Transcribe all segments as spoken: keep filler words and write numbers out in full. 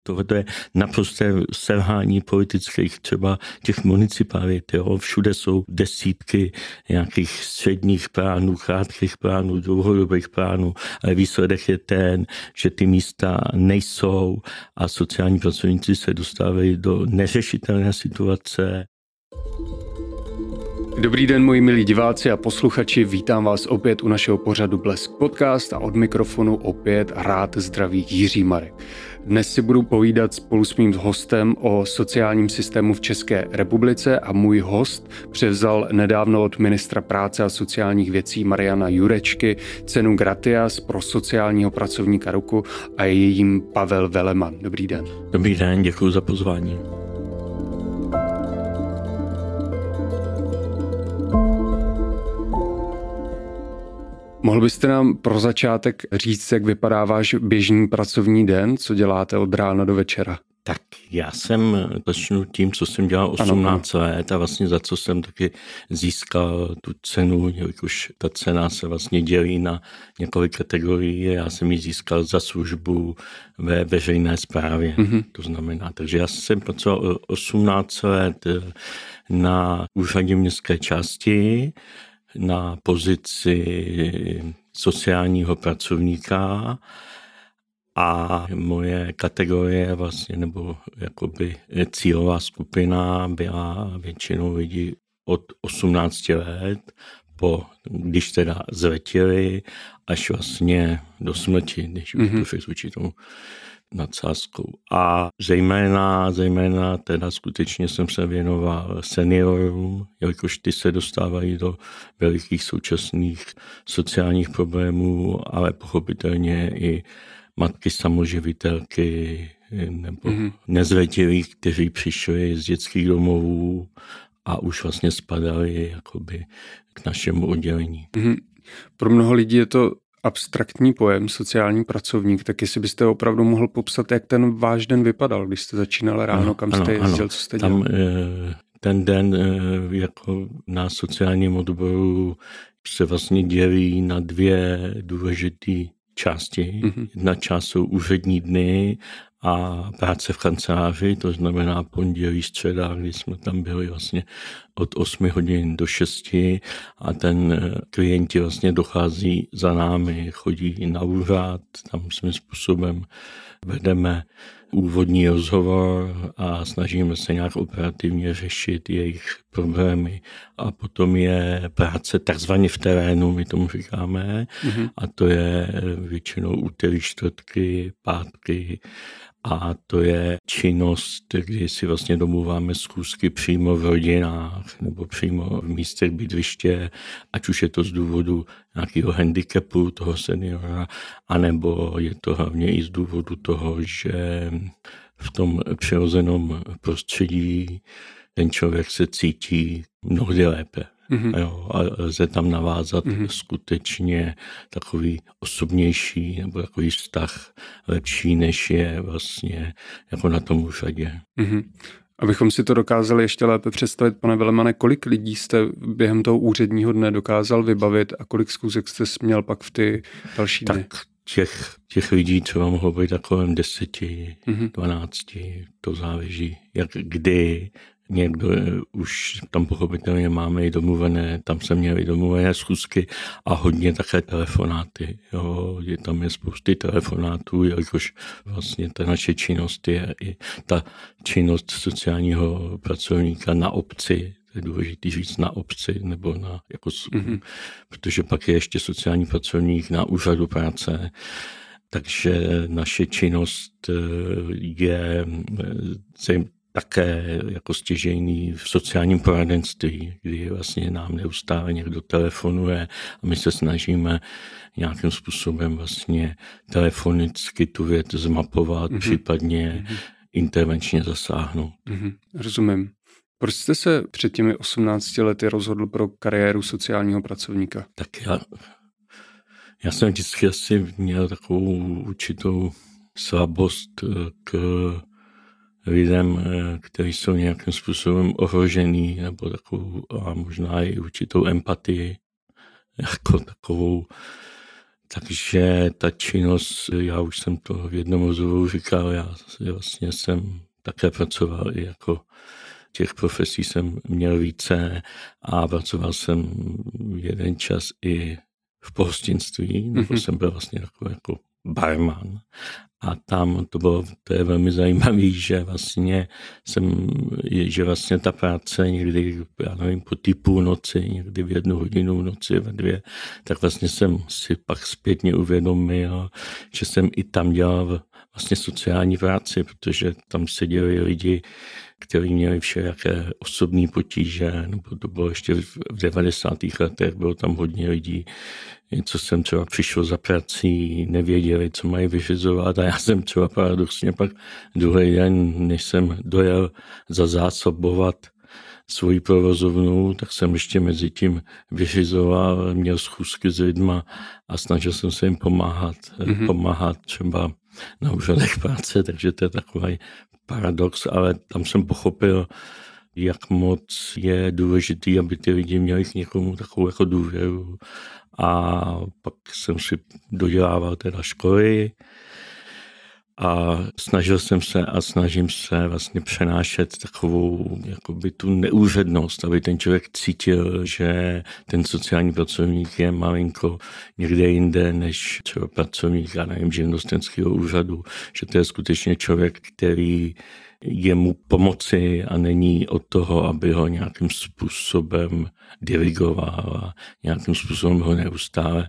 To je naprosté selhání politických třeba těch municipalit. Jo. Všude jsou desítky nějakých středních plánů, krátkých plánů, dlouhodobých plánů, ale výsledek je ten, že ty místa nejsou a sociální pracovníci se dostávají do neřešitelné situace. Dobrý den, moji milí diváci a posluchači, vítám vás opět u našeho pořadu Blesk Podcast a od mikrofonu opět rád zdraví Jiří Marek. Dnes si budu povídat spolu s mým hostem o sociálním systému v České republice a můj host převzal nedávno od ministra práce a sociálních věcí Mariana Jurečky cenu Gratias pro sociálního pracovníka roku a je jím Pavel Veleman. Dobrý den. Dobrý den, děkuji za pozvání. Mohl byste nám pro začátek říct, jak vypadá váš běžný pracovní den, co děláte od rána do večera? Tak já jsem začnu tím, co jsem dělal osmnáct ano. let a vlastně za co jsem taky získal tu cenu, jelikož ta cena se vlastně dělí na několik kategorií. Já jsem ji získal za službu ve veřejné správě. Mm-hmm. To znamená, takže já jsem pracoval osmnáct let na úřadě městské části, na pozici sociálního pracovníka a moje kategorie vlastně, nebo jakoby cílová skupina byla většinou lidí od osmnácti let, po, když teda zletili, až vlastně do smrti, když už to fakt určitou nadsázkou. A zejména, zejména teda skutečně jsem se věnoval seniorům, jelikož ty se dostávají do velikých současných sociálních problémů, ale pochopitelně i matky samoživitelky nebo mm-hmm. nezletilí, kteří přišli z dětských domovů a už vlastně spadali jakoby k našemu oddělení. Mm-hmm. Pro mnoho lidí je to abstraktní pojem, sociální pracovník, tak jestli byste opravdu mohl popsat, jak ten váš den vypadal, když jste začínal ráno, ano, kam jste jezdil, co jste dělal? Tam ten den jako na sociálním odboru se vlastně dělí na dvě důležité části. Mm-hmm. Jedna část jsou úřední dny a práce v kanceláři, to znamená pondělí, středa, kdy jsme tam byli vlastně od osmi hodin do šesti a ten klienti vlastně dochází za námi, chodí na úřad, tam svým způsobem vedeme úvodní rozhovor a snažíme se nějak operativně řešit jejich problémy. A potom je práce takzvaně v terénu, my tomu říkáme, mm-hmm. a to je většinou úterý, čtvrtky, pátky, a to je činnost, kdy si vlastně domluváme schůzky přímo v rodinách nebo přímo v místech bydliště, ať už je to z důvodu nějakého handicapu toho seniora, anebo je to hlavně i z důvodu toho, že v tom přirozeném prostředí ten člověk se cítí mnohdy lépe. Mm-hmm. Jo, a lze tam navázat mm-hmm. skutečně takový osobnější nebo takový vztah lepší, než je vlastně jako na tom úřadě. Mm-hmm. Abychom si to dokázali ještě lépe představit, pane Velemane, kolik lidí jste během toho úředního dne dokázal vybavit a kolik schůzek jste měl pak v ty další dny? Tak těch, těch lidí třeba mohlo být kolem deseti, mm-hmm. dvanácti, to záleží, jak kdy. Někdo už tam pochopitelně máme i domluvené, tam se měli domluvené schůzky a hodně také telefonáty. Jo, je tam je spousty telefonátů, jelikož vlastně ta naše činnost je i ta činnost sociálního pracovníka na obci. To je důležité říct na obci, nebo na, jako, mm-hmm. protože pak je ještě sociální pracovník na úřadu práce. Takže naše činnost je také jako stěžejný v sociálním poradenství, kdy vlastně nám neustále někdo telefonuje a my se snažíme nějakým způsobem vlastně telefonicky tu věc zmapovat, mm-hmm. případně mm-hmm. intervenčně zasáhnout. Mm-hmm. Rozumím. Proč jste se před těmi osmnácti lety rozhodl pro kariéru sociálního pracovníka? Tak já, já jsem vždycky asi měl takovou určitou slabost k lidem, kteří jsou nějakým způsobem ohrožený, nebo takovou, a možná i určitou empatii, jako takovou Takže ta činnost, já už jsem to v jednom rozhovoru říkal, já vlastně jsem také pracoval i jako těch profesí jsem měl více a pracoval jsem jeden čas i v pohostinství, nebo mm-hmm. jsem byl vlastně takový jako barman. A tam to bylo, to je velmi zajímavé, že vlastně jsem, že vlastně ta práce někdy, já nevím, po té půlnoci, někdy v jednu hodinu v noci, ve dvě, tak vlastně jsem si pak zpětně uvědomil, že jsem i tam dělal vlastně sociální práci, protože tam seděli lidi, kteří měli všelijaké osobní potíže, nebo to bylo ještě v devadesátých letech, bylo tam hodně lidí, co jsem třeba přišel za prací, nevěděli, co mají vyřizovat a já jsem třeba paradoxně pak druhý den, než jsem dojel zazásobovat svoji provozovnu, tak jsem ještě mezi tím vyřizoval, měl schůzky s lidma a snažil jsem se jim pomáhat, mm-hmm. pomáhat třeba na úřadech práce, takže to je takový paradox, ale tam jsem pochopil, jak moc je důležitý, aby ty lidi měli k někomu takovou jako důvěru. A pak jsem si dodělával teda školy a snažil jsem se a snažím se vlastně přenášet takovou jakoby tu neúřednost, aby ten člověk cítil, že ten sociální pracovník je malinko někde jinde než třeba pracovník, já nevím, živnostenského úřadu, že to je skutečně člověk, který je mu pomoci a není od toho, aby ho nějakým způsobem dirigoval a nějakým způsobem ho neustále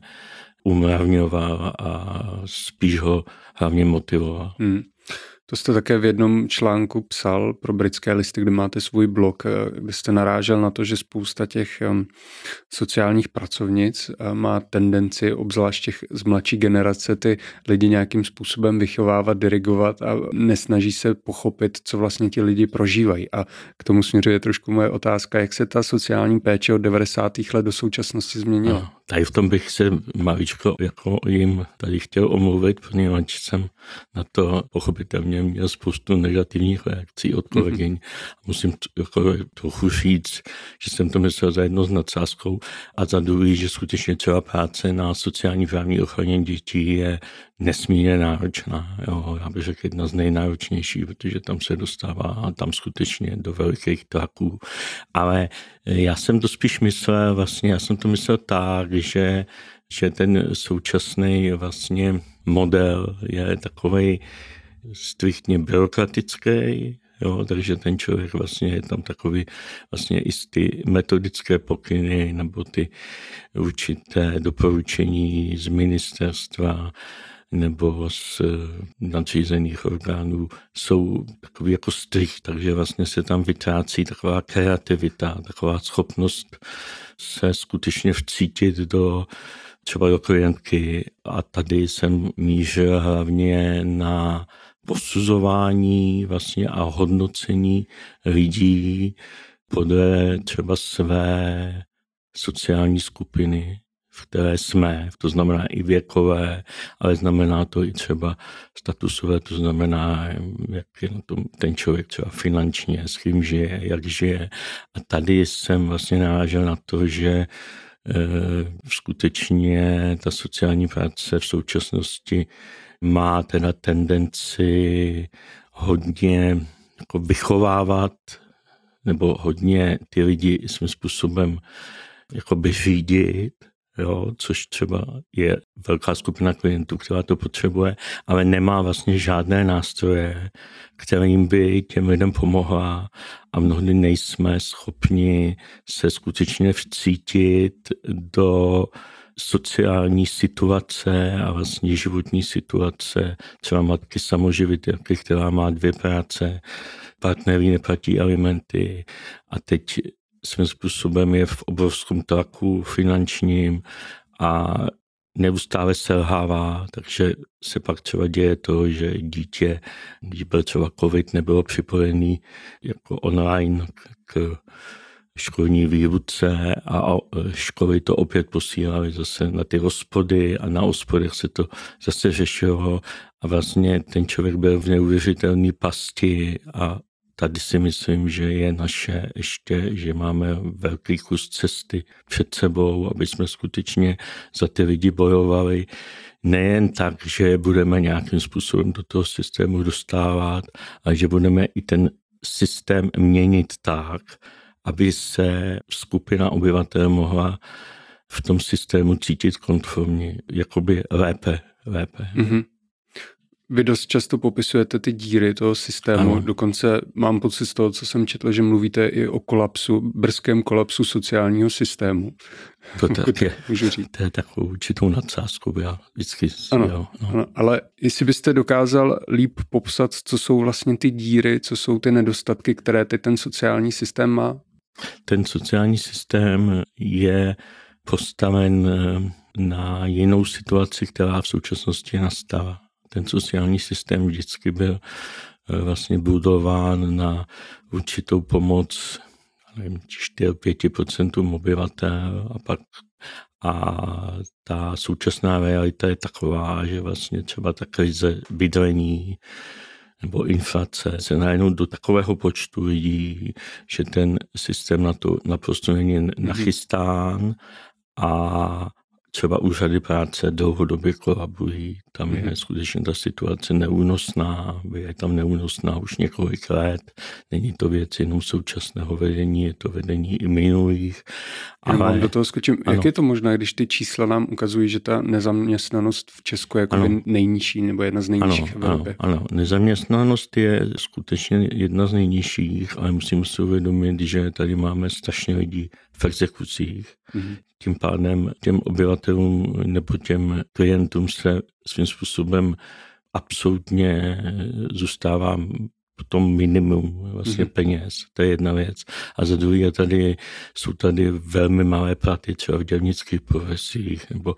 umravňoval a spíš ho hlavně motivoval. Hmm. To jste také v jednom článku psal pro Britské listy, kde máte svůj blog, kde jste narážel na to, že spousta těch sociálních pracovnic má tendenci, obzvlášť těch z mladší generace, ty lidi nějakým způsobem vychovávat, dirigovat a nesnaží se pochopit, co vlastně ti lidi prožívají. A k tomu směřuje trošku moje otázka, jak se ta sociální péče od devadesátých let do současnosti změnila. No, tady v tom bych se maličko jako jim tady chtěl omluvit, protože jsem na to pochopitelně měl spoustu negativních reakcí od kolegyň. Mm-hmm. Musím jako trochu říct, že jsem to myslel za jedno s nadsázkou a za druhý, že skutečně třeba práce na sociální právní ochraně dětí je nesmírně náročná. Jo, já bych řekl jedna z nejnáročnějších, protože tam se dostává a tam skutečně do velikých tlaků. Ale já jsem to spíš myslel, vlastně já jsem to myslel tak, že, že ten současný vlastně model je takovej striktně byrokratický, jo, takže ten člověk vlastně je tam takový vlastně i ty metodické pokyny nebo ty určité doporučení z ministerstva nebo z nadřízených orgánů jsou takový jako strikt, takže vlastně se tam vytrácí taková kreativita, taková schopnost se skutečně vcítit do třeba do klientky a tady jsem mířil hlavně na posuzování vlastně a hodnocení lidí podle třeba své sociální skupiny, v které jsme, to znamená i věkové, ale znamená to i třeba statusové, to znamená, jak je na tom ten člověk třeba finančně, s kým žije, jak žije. A tady jsem vlastně narážel na to, že skutečně ta sociální práce v současnosti má teda tendenci hodně jako vychovávat nebo hodně ty lidi svým způsobem jakoby řídit, jo, což třeba je velká skupina klientů, která to potřebuje, ale nemá vlastně žádné nástroje, kterým by těm lidem pomohla a mnohdy nejsme schopni se skutečně vcítit do sociální situace a vlastně životní situace třeba matky samoživitelky, která má dvě práce, partnery neplatí alimenty a teď svým způsobem je v obrovském tlaku finančním a neustále selhává, takže se pak třeba děje to, že dítě, když byl třeba covid, nebylo připojený jako online k školní výuce a školy to opět posílaly zase na ty hospody a na hospodech se to zase řešilo a vlastně ten člověk byl v neuvěřitelné pasti a tady si myslím, že je naše ještě, že máme velký kus cesty před sebou, aby jsme skutečně za ty lidi bojovali. Nejen tak, že budeme nějakým způsobem do toho systému dostávat, ale že budeme i ten systém měnit tak, aby se skupina obyvatel mohla v tom systému cítit konformně, jakoby lépe. lépe. Mm-hmm. Vy dost často popisujete ty díry toho systému, ano. Dokonce mám pocit z toho, co jsem četl, že mluvíte i o kolapsu, brzkém kolapsu sociálního systému. To, tak je, to je takovou určitou nadsázkou, já vždycky... Ano, jo, no. ano, ale jestli byste dokázal líp popsat, co jsou vlastně ty díry, co jsou ty nedostatky, které ty ten sociální systém má? Ten sociální systém je postaven na jinou situaci, která v současnosti nastala. Ten sociální systém vždycky byl vlastně budován na určitou pomoc čtyři až pět procent obyvatel a pak a ta současná realita je taková, že vlastně třeba ta krize bydlení nebo inflace se najednou do takového počtu lidí, že ten systém na to naprosto není nachystán a třeba úřady práce dlouhodobě kolabují. Tam je skutečně ta situace neúnosná, je tam neúnosná už několik let. Není to věc jenom současného vedení, je to vedení i minulých. Ale... Já do toho skočím. Ano. Jak je to možné, když ty čísla nám ukazují, že ta nezaměstnanost v Česku je jako nejnižší nebo jedna z nejnižších v Evropě? Ano, ano, nezaměstnanost je skutečně jedna z nejnižších, ale musíme si uvědomit, že tady máme strašně lidí v exekucích. Mm-hmm. Tím pádem těm obyvatelům nebo těm klientům se svým způsobem absolutně zůstává potom minimum vlastně mm-hmm. peněz. To je jedna věc. A za druhé je tady, jsou tady velmi malé platy třeba v dělnických profesích. Nebo,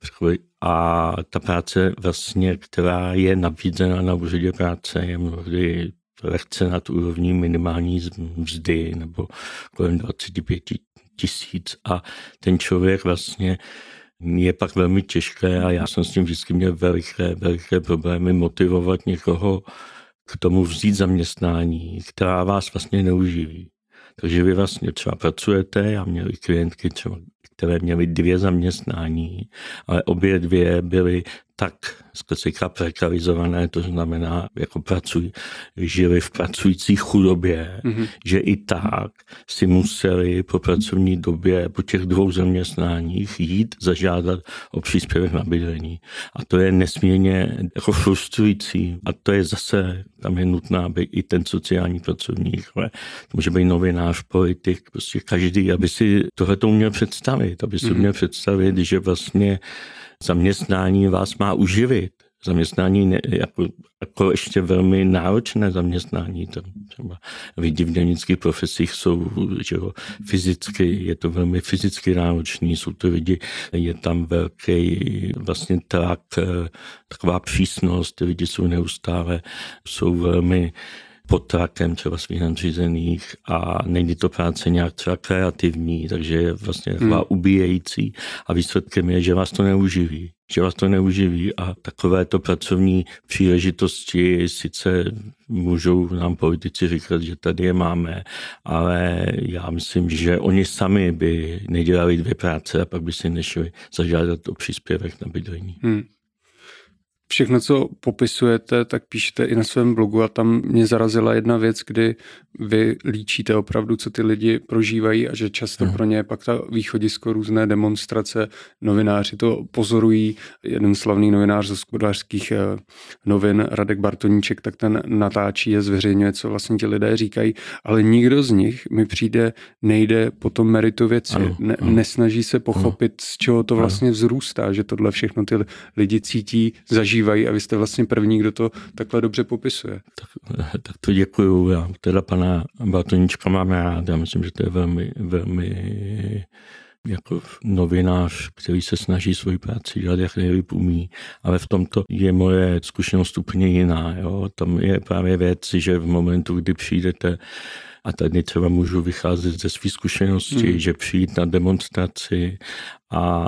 a ta práce vlastně, která je nabízena na úřadě práce, je mnohdy lehce nad úrovní minimální mzdy nebo kolem dvacet pět tisíc a ten člověk vlastně je pak velmi těžké a já jsem s tím vždycky měl veliké, veliké problémy motivovat někoho k tomu vzít zaměstnání, která vás vlastně neuživí. Takže vy vlastně třeba pracujete, já měl i klientky třeba, které měly dvě zaměstnání, ale obě dvě byly tak zkrátka prekarizované, to znamená, jako pracují, žili v pracující chudobě, mm-hmm. že i tak si museli po pracovní době, po těch dvou zaměstnáních jít zažádat o příspěvek na bydlení. A to je nesmírně jako frustrující. A to je zase, tam je nutná, aby i ten sociální pracovník, ale to může být novinář, politik, prostě každý, aby si tohleto uměl představit, aby si mm-hmm. uměl představit, že vlastně zaměstnání vás má uživit. Zaměstnání ne, jako, jako ještě velmi náročné zaměstnání. Tam třeba lidi v dělnických profesích jsou, že jo, fyzicky, je to velmi fyzicky náročný, jsou to lidi, je tam velký vlastně tlak, taková přísnost, ty lidi jsou neustále, jsou velmi pod tlakem třeba svých nadřízených a není to práce nějak třeba kreativní, takže je vlastně taková hmm. ubíjející a výsledkem je, že vás to neuživí. Že vás to neuživí a takovéto pracovní příležitosti sice můžou nám politici říkat, že tady je máme, ale já myslím, že oni sami by nedělali dvě práce a pak by si nešli zažádat o příspěvek na bydlení. Hmm. Všechno, co popisujete, tak píšete i na svém blogu a tam mě zarazila jedna věc, kdy vy líčíte opravdu, co ty lidi prožívají a že často hmm. pro ně je pak ta východisko různé demonstrace. Novináři to pozorují. Jeden slavný novinář z Hospodářských novin, Radek Bartoníček, tak ten natáčí a zveřejňuje, co vlastně ti lidé říkají, ale nikdo z nich mi přijde, nejde po tom meritu věci. Ano, ne, ano. Nesnaží se pochopit, ano. z čeho to vlastně vzrůstá, že tohle všechno ty lidi cítí, zažívají a vy jste vlastně první, kdo to takhle dobře popisuje. Tak, tak to děkuju. Já teda pana Bartoníčka mám rád. Já myslím, že to je velmi, velmi jako novinář, který se snaží svoji práci dělat, jak nejlíp umí, ale v tomto je moje zkušenost úplně jiná. Jo? Tam je právě věc, že v momentu, kdy přijdete, a tady třeba můžu vycházet ze své zkušenosti, hmm. že přijít na demonstraci a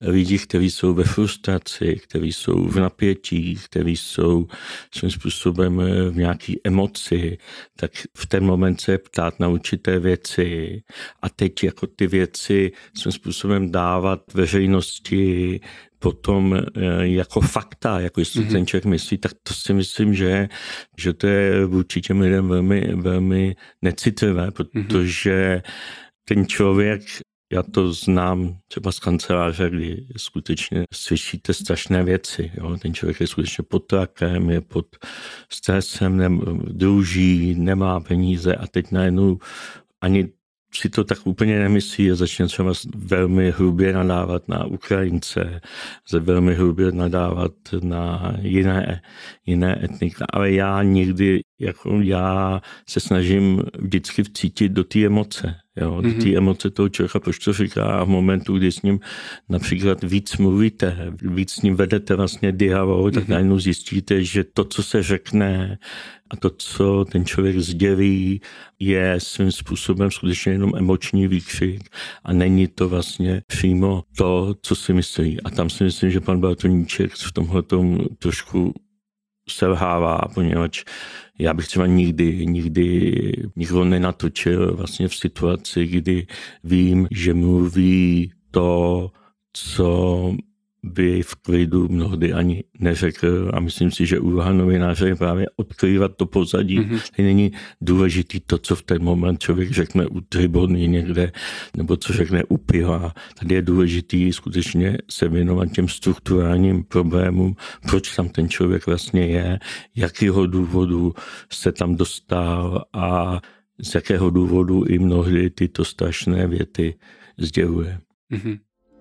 lidi, kteří jsou ve frustraci, kteří jsou v napětí, kteří jsou svým způsobem v nějaké emoci, tak v ten moment se ptát na určité věci a teď jako ty věci svým způsobem dávat veřejnosti potom jako fakta, jako jestli mm-hmm. ten člověk myslí, tak to si myslím, že, že to je vůči těm lidem velmi, velmi necitlivé, protože ten člověk, já to znám třeba z kanceláře, kdy skutečně slyšíte strašné věci. Jo? Ten člověk je skutečně pod tlakem, je pod stresem, ne, druží, nemá peníze a teď najednou ani si to tak úplně nemyslí a začne třeba velmi hrubě nadávat na Ukrajince, velmi hrubě nadávat na jiné, jiné etniky. Ale já někdy, jako já se snažím vždycky vcítit do té emoce. Jo, mm-hmm. Ty emoce toho člověka, proč to říká a v momentu, kdy s ním například víc mluvíte, víc s ním vedete vlastně dialog, mm-hmm. tak najednou zjistíte, že to, co se řekne a to, co ten člověk sdělí, je svým způsobem skutečně jenom emoční výkřik a není to vlastně přímo to, co si myslí. A tam si myslím, že pan Bartoníček v tomhletom trošku selhává, poněvadž já bych třeba nikdy, nikdy nikdo nenatočil vlastně v situaci, kdy vím, že mluví to, co by v klidu mnohdy ani neřekl a myslím si, že úloha novináře je právě odkrývat to pozadí. Mm-hmm. Není důležitý to, co v ten moment člověk řekne u tribony někde, nebo co řekne u piva. Tady je důležitý skutečně se věnovat těm strukturálním problémům, proč tam ten člověk vlastně je, jakého důvodu se tam dostal a z jakého důvodu i mnohdy tyto strašné věty sděluje. Mm-hmm.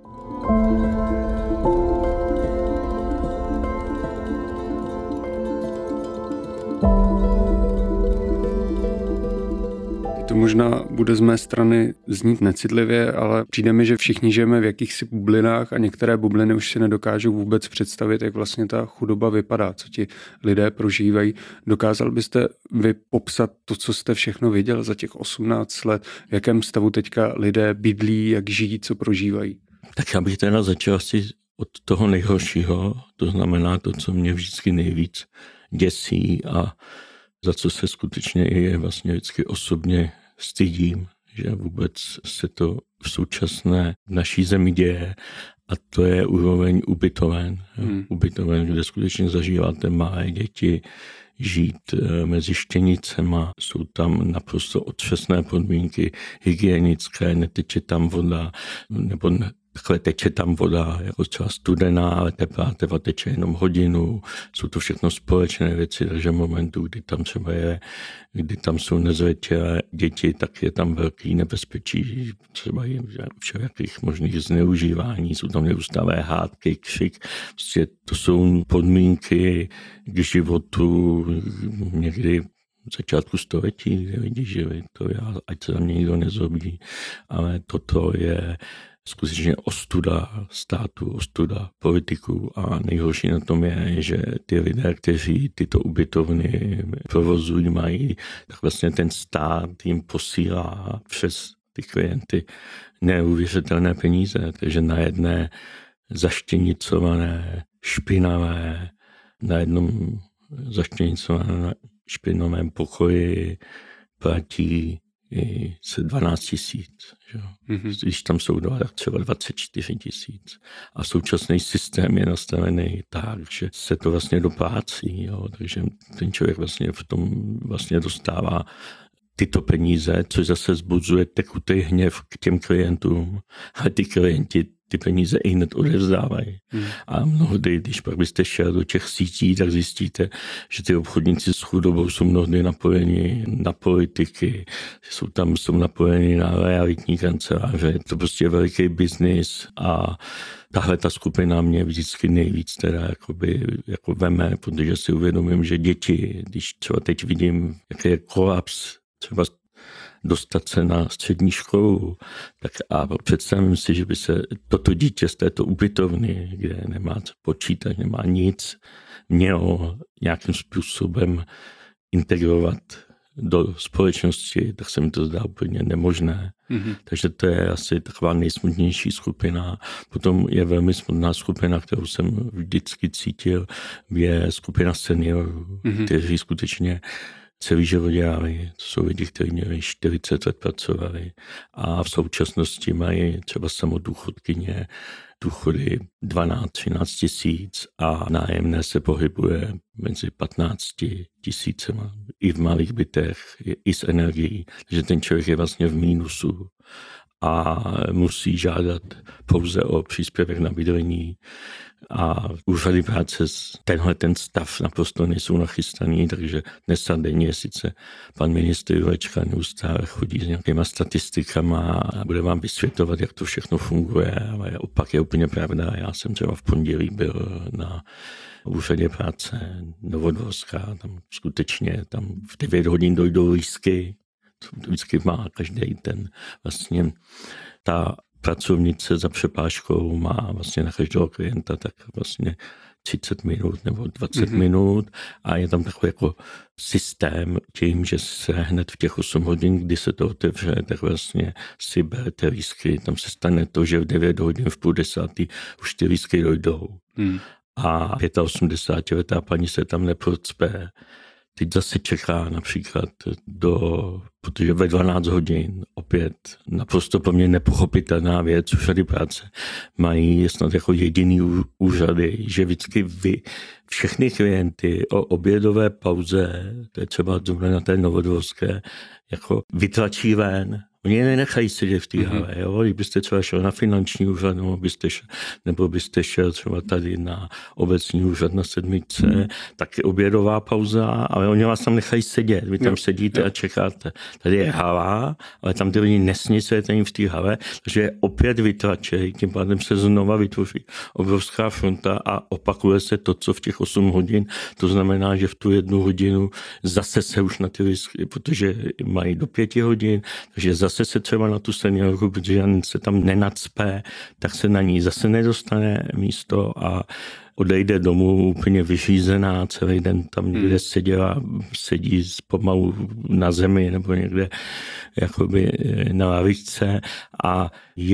To možná bude z mé strany znít necitlivě, ale přijde mi, že všichni žijeme v jakýchsi bublinách a některé bubliny už si nedokážou vůbec představit, jak vlastně ta chudoba vypadá, co ti lidé prožívají. Dokázal byste vy popsat to, co jste všechno viděl za těch osmnáct let, v jakém stavu teďka lidé bydlí, jak žijí, co prožívají? Tak já bych teda začal asi od toho nejhoršího, to znamená to, co mě vždycky nejvíc děsí a za co se skutečně je vlastně vždycky osobně stydím, že vůbec se to v současné naší zemi děje a to je úroveň ubytoven. Hmm. Ubytoven, kde skutečně zažíváte malé děti, žít mezi štěnicema, jsou tam naprosto otřesné podmínky hygienické, neteče tam voda, nebo ne, takhle teče tam voda, jako třeba studená, ale teplá tepa teče jenom hodinu. Jsou to všechno společné věci, takže v momentu, kdy tam třeba je, kdy tam jsou nezletilé děti, tak je tam velký nebezpečí, třeba i všelijakých možných zneužívání, jsou tam neustálé hádky, křik. Prostě to jsou podmínky k životu někdy v začátku století, kde lidi žili, to já, ať se tam někdo nezlobí, ale toto je skutečně ostuda státu, ostuda politiků a nejhorší na tom je, že ty lidé, kteří tyto ubytovny provozují, mají, tak vlastně ten stát jim posílá přes ty klienty neuvěřitelné peníze, takže na jedné zaštěnicované, špinavé, na jednom zaštěnicovaném špinavém pokoji platí i se dvanáct tisíc. Mm-hmm. Když tam jsou dva, tak třeba dvacet čtyři tisíc. A současný systém je nastavený tak, že se to vlastně doplácí. Jo? Takže ten člověk vlastně v tom vlastně dostává tyto peníze, což zase vzbuzuje tekutý hněv k těm klientům. A ty klienti ty peníze i hned odevzdávají. Hmm. A mnohdy, když pak byste šel do těch sítí, tak zjistíte, že ty obchodníci s chudobou jsou mnohdy napojeni na politiky, jsou tam jsou napojeni na realitní kanceláře. Je to prostě veliký biznis a tahle ta skupina mě vždycky nejvíc teda jakoby, jako veme, protože si uvědomím, že děti, když třeba teď vidím, jaký je kolaps, třeba dostat se na střední školu, tak a představím si, že by se toto dítě z této ubytovny, kde nemá co počítat, nemá nic, mělo nějakým způsobem integrovat do společnosti, tak se mi to zdá úplně nemožné. Mm-hmm. Takže to je asi taková nejsmutnější skupina. Potom je velmi smutná skupina, kterou jsem vždycky cítil, je skupina seniorů, mm-hmm. kteří skutečně celý život dělali. To jsou lidi, kteří měli čtyřicet let pracovali a v současnosti mají třeba samodůchodkyně důchody dvanáct třináct tisíc a nájemné se pohybuje mezi patnáct tisícema i v malých bytech, i s energií. Takže ten člověk je vlastně v mínusu a musí žádat pouze o příspěvek na bydlení. A úřady práce tenhle ten stav naprosto nejsou nachystaný, takže dnes a denně sice pan ministr Jurečka neustále chodí s nějakýma statistikama a bude vám vysvětlovat, jak to všechno funguje, ale opak je úplně pravda. Já jsem třeba v pondělí byl na úřadě práce Novodvorská, tam skutečně tam v devět hodin dojdou lístky, vždycky má každý ten vlastně ta pracovnice za přepážkou má vlastně na každého klienta tak vlastně třicet minut nebo dvacet mm-hmm. minut a je tam takový jako systém tím, že se hned v těch osm hodin, kdy se to otevře, tak vlastně si berete lístky. Tam se stane to, že v devět hodin v půl desátý už ty lístky dojdou. Mm. A osmdesátiletá paní se tam neprocpe. Teď zase čeká například do, protože ve dvanáct hodin opět naprosto pro mě nepochopitelná věc, úřady práce mají snad jako jediný úřady, že vždycky vy všechny klienty o obědové pauze, to je třeba na té Novodvorské, jako vytlačí ven. Oni je nenechají sedět v té mm-hmm. hale, jo? Kdybyste třeba šel na finanční úřad, nebo byste šel, nebo byste šel třeba tady na obecní úřad na sedmičce, mm. tak je obědová pauza, ale oni vás tam nechají sedět. Vy tam jo, sedíte jo. a čekáte. Tady je hala, ale tam ty lidi nesmí sedět ani v té hale, takže je opět vytlačejí, tím pádem se znova vytvoří obrovská fronta a opakuje se to, co v těch osm hodin. To znamená, že v tu jednu hodinu zase se už na ty lístky, protože mají do pěti hodin, takže zase Zase se třeba na tu seniorku, protože se tam nenacpe, tak se na ní zase nedostane místo a odejde domů úplně vyřízená, celý den tam někde seděla, sedí pomalu na zemi nebo někde jakoby na lavičce a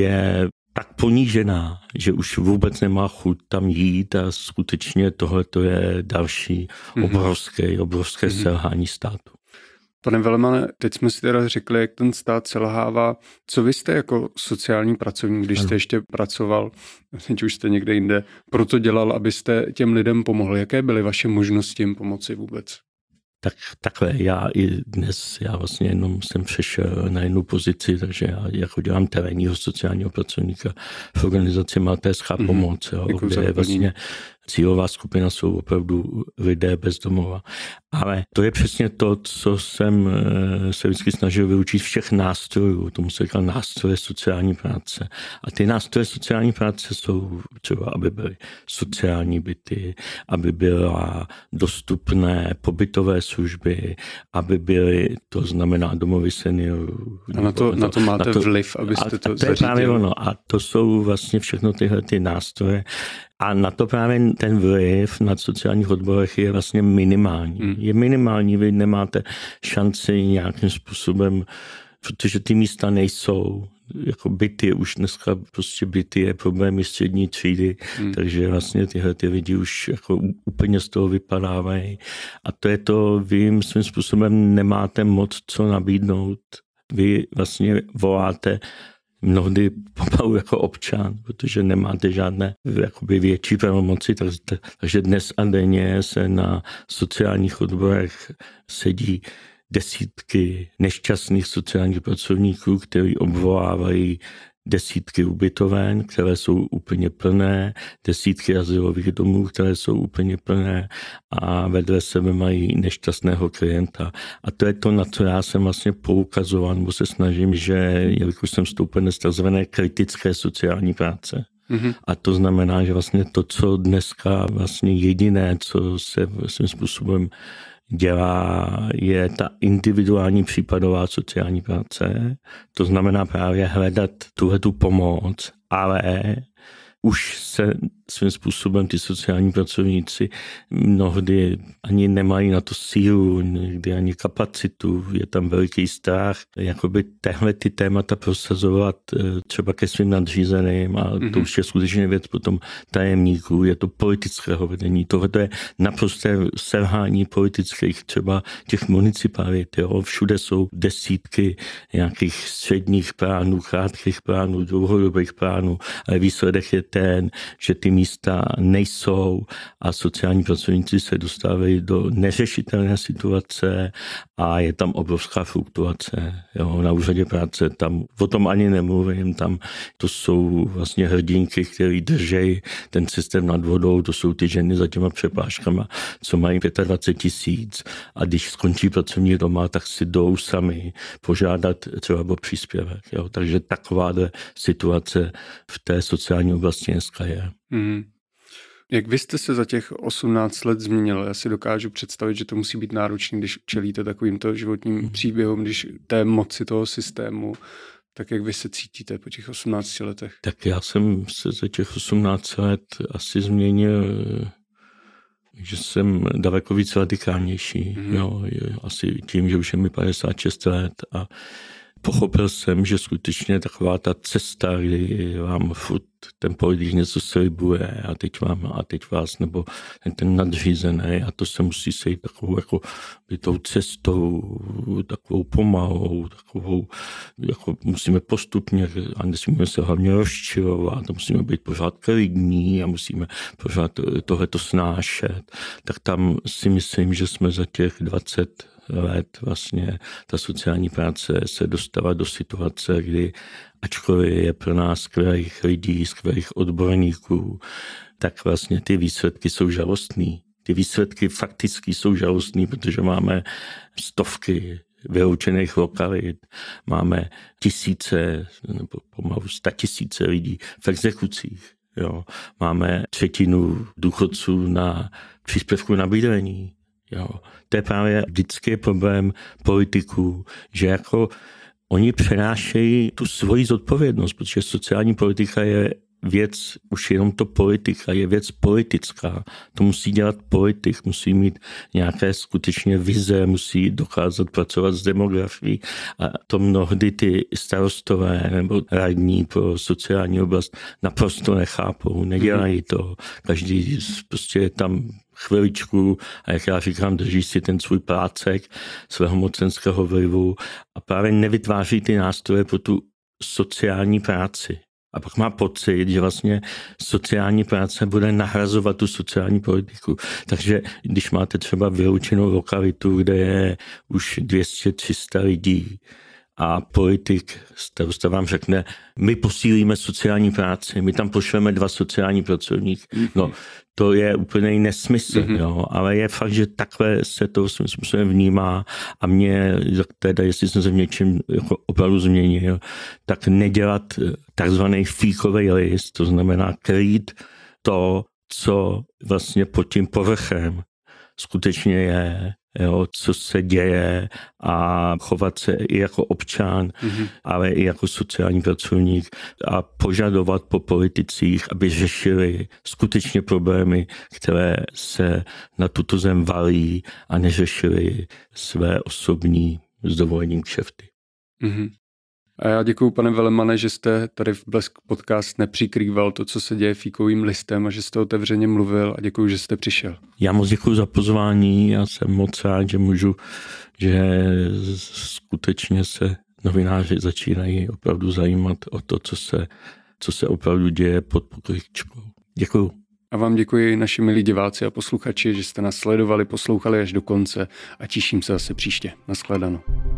je tak ponížená, že už vůbec nemá chuť tam jít a skutečně tohle to je další obrovské, obrovské mm-hmm. selhání státu. Pane Velemane, teď jsme si teda řekli, jak ten stát selhává. Co vy jste jako sociální pracovník, když jste ještě pracoval, teď už jste někde jinde, proto dělal, abyste těm lidem pomohli? Jaké byly vaše možnosti jim pomoci vůbec? Tak takhle, já i dnes, já vlastně jenom jsem přešel na jednu pozici, takže já jako dělám terénního sociálního pracovníka v organizaci Maltérská mm-hmm. pomoc, jo, kde je vlastně cílová skupina jsou opravdu lidé bez domova. Ale to je přesně to, co jsem se vždycky snažil vyučit všech nástrojů. Tomu se říká nástroje sociální práce. A ty nástroje sociální práce jsou třeba, aby byly sociální byty, aby byla dostupné pobytové služby, aby byly, to znamená domovy seniorů. A na to, na to máte na to, vliv, abyste a, to a to je právě ono. A to jsou vlastně všechno tyhle ty nástroje. A na to právě ten vliv na sociálních odborech je vlastně minimální. Hmm. Je minimální, vy nemáte šanci nějakým způsobem, protože ty místa nejsou. Jako byty, už dneska prostě byty je problémy střední třídy, hmm. takže vlastně tyhle ty lidi už jako úplně z toho vypadávají. A to je to, vy jim svým způsobem nemáte moc co nabídnout. Vy vlastně voláte mnohdy pomalu jako občan, protože nemáte žádné jakoby větší pravomoci, takže dnes a denně se na sociálních odborech sedí desítky nešťastných sociálních pracovníků, kteří obvolávají desítky ubytoven, které jsou úplně plné, desítky azylových domů, které jsou úplně plné a vedle sebe mají nešťastného klienta. A to je to, na co já jsem vlastně poukazoval, nebo se snažím, že jelikož jsem stoupenec z takzvané kritické sociální práce. Mm-hmm. A to znamená, že vlastně to, co dneska vlastně jediné, co se svým způsobem dělá, je ta individuální případová sociální práce. To znamená právě hledat tuhletu pomoc, ale už se svým způsobem ty sociální pracovníci mnohdy ani nemají na to sílu, někdy ani kapacitu, je tam veliký strach, jakoby téhle ty témata prosazovat třeba ke svým nadřízeným a mm-hmm. to už je skutečně věc potom tajemníků, je to politického vedení, tohle je naprosté selhání politických třeba těch municipalit, jo, všude jsou desítky nějakých středních plánů, krátkých plánů, dlouhodobých plánů, ale výsledek je ten, že ty místa nejsou a sociální pracovníci se dostávají do neřešitelné situace a je tam obrovská fluktuace. Jo, na úřadě práce tam o tom ani nemluvím, tam to jsou vlastně hrdinky, které drží ten systém nad vodou, to jsou ty ženy za těma přepážkama, co mají dvacet pět tisíc a když skončí pracovní doma, tak si jdou sami požádat třeba o příspěvek. Jo. Takže takováhle situace v té sociální oblasti dneska je. Mm. Jak vy jste se za těch osmnáct let změnil? Já si dokážu představit, že to musí být náročné, když čelíte takovýmto životním příběhům, když té moci toho systému. Tak jak vy se cítíte po těch osmnácti letech? Tak já jsem se za těch osmnáct let asi změnil, že jsem daleko víc radikálnější. Mm-hmm. Jo, asi tím, že už je mi padesát šest let a pochopil jsem, že skutečně taková ta cesta, kdy vám furt ten politik něco slibuje a teď vám a teď vás, nebo ten, ten nadřízený a to se musí sejít takovou jako by tou cestou, takovou pomalou, takovou, jako musíme postupně a nesmíme se hlavně rozčilovat a musíme být pořád klidní a musíme pořád tohleto snášet. Tak tam si myslím, že jsme za těch dvacet let vlastně ta sociální práce se dostala do situace, kdy ačkoliv je pro nás skvělých lidí, skvělých odborníků, tak vlastně ty výsledky jsou žalostný. Ty výsledky fakticky jsou žalostný, protože máme stovky vyloučených lokalit, máme tisíce nebo pomalu statisíce lidí v exekucích. Jo. Máme třetinu důchodců na příspěvku na bydlení. Jo. To je právě vždycky problém politiků, že jako oni přenášejí tu svoji zodpovědnost, protože sociální politika je věc, už jenom to politika, je věc politická. To musí dělat politik, musí mít nějaké skutečně vize, musí dokázat pracovat s demografií a to mnohdy ty starostové nebo radní pro sociální oblast naprosto nechápou, nedělají to. Každý prostě je tam chviličku a jak já říkám, drží si ten svůj plácek svého mocenského vlivu a právě nevytváří ty nástroje pro tu sociální práci. A pak má pocit, že vlastně sociální práce bude nahrazovat tu sociální politiku. Takže když máte třeba vyloučenou lokalitu, kde je už dvě stě tři sta lidí a politik starosta vám řekne, my posílíme sociální práci, my tam pošleme dva sociální pracovníky. No, to je úplný nesmysl, mm-hmm. jo, ale je fakt, že takhle se to svým způsobem vnímá a mě, teda jestli jsem se v něčem jako opravdu změnil, tak nedělat takzvaný fíkový list, to znamená krýt to, co vlastně pod tím povrchem skutečně je, jo, co se děje a chovat se i jako občan, mm-hmm. ale i jako sociální pracovník a požadovat po politicích, aby řešili skutečně problémy, které se na tuto zem valí a neřešili své osobní s dovolením kšefty. Mm-hmm. A já děkuju, pane Velemane, že jste tady v Blesk Podcast nepřikrýval to, co se děje fíkovým listem a že jste otevřeně mluvil a děkuju, že jste přišel. Já moc děkuju za pozvání, já jsem moc rád, že můžu, že skutečně se novináři začínají opravdu zajímat o to, co se, co se opravdu děje pod pokličkou. Děkuju. A vám děkuji, naši milí diváci a posluchači, že jste nás sledovali, poslouchali až do konce a těším se zase příště. Nashledanou.